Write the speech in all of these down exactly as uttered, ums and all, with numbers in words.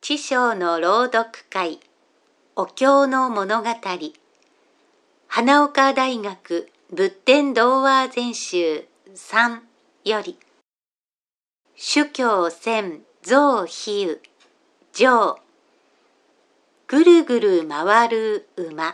知章の朗読会、お経の物語、花岡大学仏典童話全集さんより、主教千象比喩上、ぐるぐる回る馬。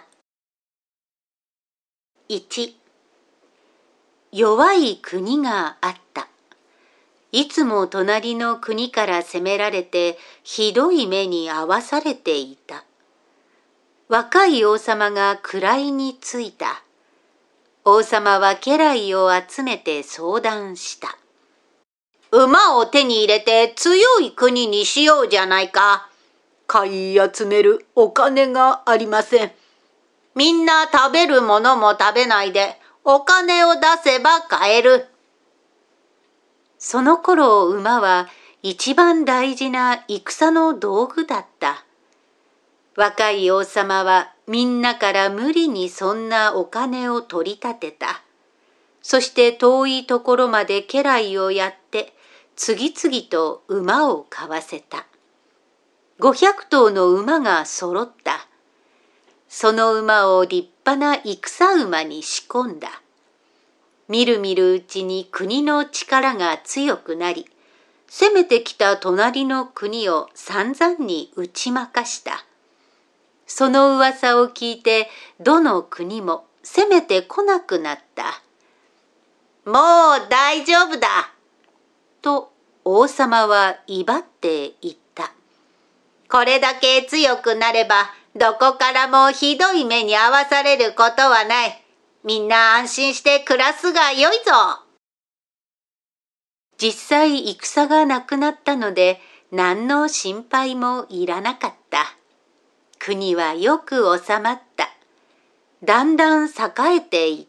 いち、弱い国があった。いつも隣の国から攻められてひどい目に遭わされていた。若い王様が位についた。王様は家来を集めて相談した。馬を手に入れて強い国にしようじゃないか。 買い集めるお金がありません。 みんな食べるものも食べないでお金を出せば買える。その頃馬は一番大事な戦の道具だった。若い王様はみんなから無理にそんなお金を取り立てた。そして遠いところまで家来をやって次々と馬を買わせた。ごひゃくとうの馬が揃った。その馬を立派な戦馬に仕込んだ。みるみるうちに国の力が強くなり、攻めてきた隣の国を散々に打ち負かした。その噂を聞いて、どの国も攻めてこなくなった。もう大丈夫だと王様は威張って言った。これだけ強くなれば、どこからもひどい目に遭わされることはない。みんな安心して暮らすがよいぞ。実際戦がなくなったので何の心配もいらなかった。国はよく治まった。だんだん栄えていった。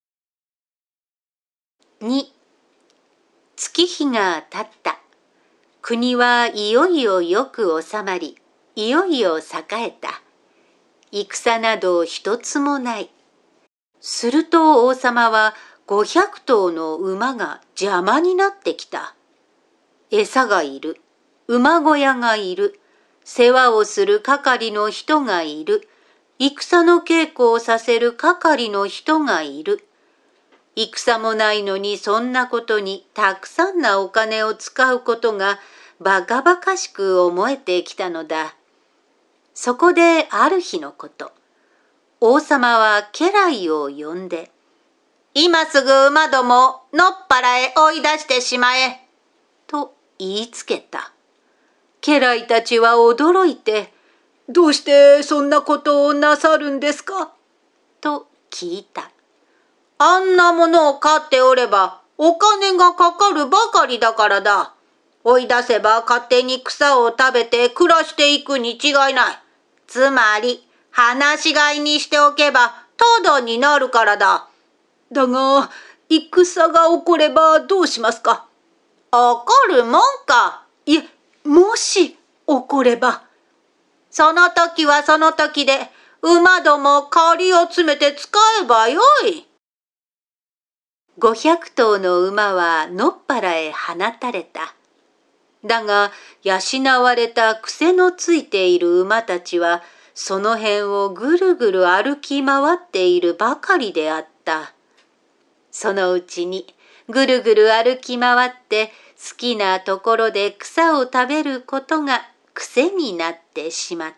に、月日が経った。国はいよいよよく治まり、いよいよ栄えた。戦など一つもない。すると王様はごひゃくとうの馬が邪魔になってきた。餌がいる、馬小屋がいる、世話をする係の人がいる、戦の稽古をさせる係の人がいる。戦もないのにそんなことにたくさんなお金を使うことがバカバカしく思えてきたのだ。そこである日のこと、王様は家来を呼んで、今すぐ馬どもを野っ原へ追い出してしまえ、と言いつけた。家来たちは驚いて、 どうしてそんなことをなさるんですかと聞いた。あんなものを飼っておればお金がかかるばかりだからだ。追い出せば勝手に草を食べて暮らしていくに違いない。つまり、放し飼いにしておけばタダになるからだ。 だが、戦が起こればどうしますか？ 起こるもんか。 いえ、もし起これば。 その時はその時で、馬ども借りを詰めて使えばよい。ごひゃくとうの馬は野っ原へ放たれた。だが、養われた癖のついている馬たちは、その辺をぐるぐる歩き回っているばかりであった。そのうちにぐるぐる歩き回って好きなところで草を食べることが癖になってしまった。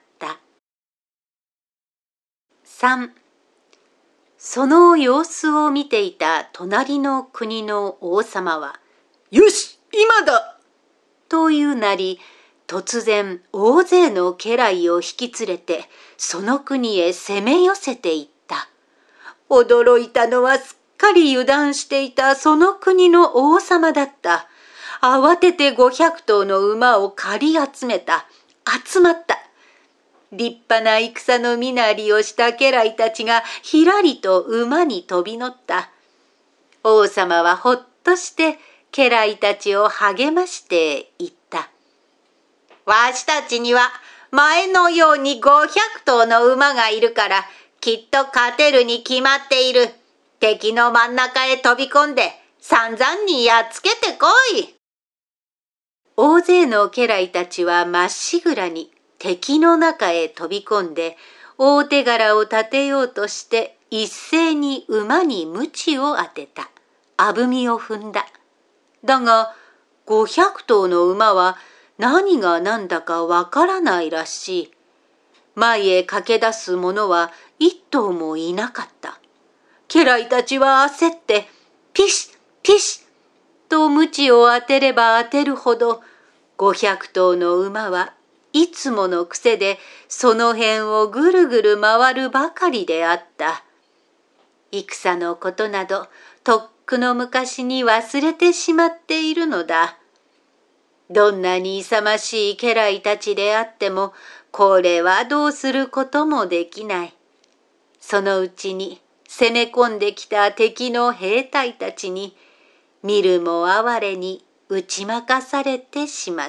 さん、その様子を見ていた隣の国の王様は、 よし、今だというなり、突然大勢の家来を引き連れてその国へ攻め寄せていった。驚いたのはすっかり油断していたその国の王様だった。慌ててごひゃくとうの馬を借り集めた。集まった。立派な戦の身なりをした家来たちがひらりと馬に飛び乗った。王様はほっとして家来たちを励まして言った。わしたちには前のようにごひゃくとうの馬がいるからきっと勝てるに決まっている。敵の真ん中へ飛び込んで散々にやっつけてこい。 大勢の家来たちはまっしぐらに敵の中へ飛び込んで、大手柄を立てようとして一斉に馬に鞭を当てた。あぶみを踏んだ。だがごひゃく頭の馬は何が何だかわからないらしい。前へ駆け出す者は一頭もいなかった。家来たちは焦ってピシッピシッと鞭を当てれば当てるほど、ごひゃく頭の馬はいつもの癖でその辺をぐるぐる回るばかりであった。戦のことなどとっくの昔に忘れてしまっているのだ。どんなに勇ましい家来たちであっても、これはどうすることもできない。そのうちに攻め込んできた敵の兵隊たちに見るも哀れに打ち負かされてしまった。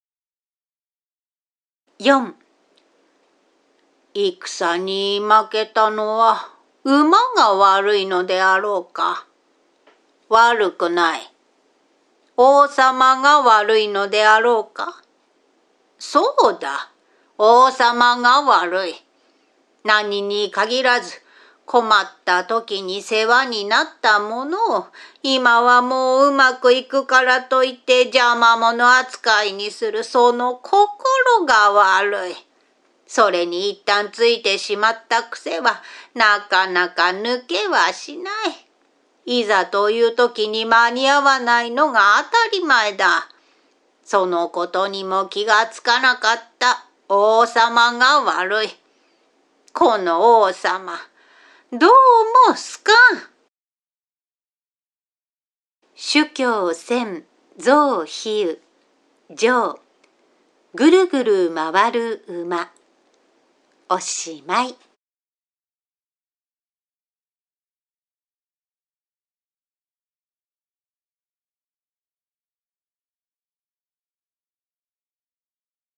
よん. 戦に負けたのは馬が悪いのであろうか。悪くない。王様が悪いのであろうか。そうだ、王様が悪い。何に限らず困った時に世話になったものを今はもううまくいくからといって邪魔者扱いにするその心が悪い。それに一旦ついてしまった癖はなかなか抜けはしない。いざという時に間に合わないのが当たり前だ。そのことにも気がつかなかった王様が悪い。この王様、どうもすかん。主教千象比喩上、ぐるぐる回る馬。おしまい。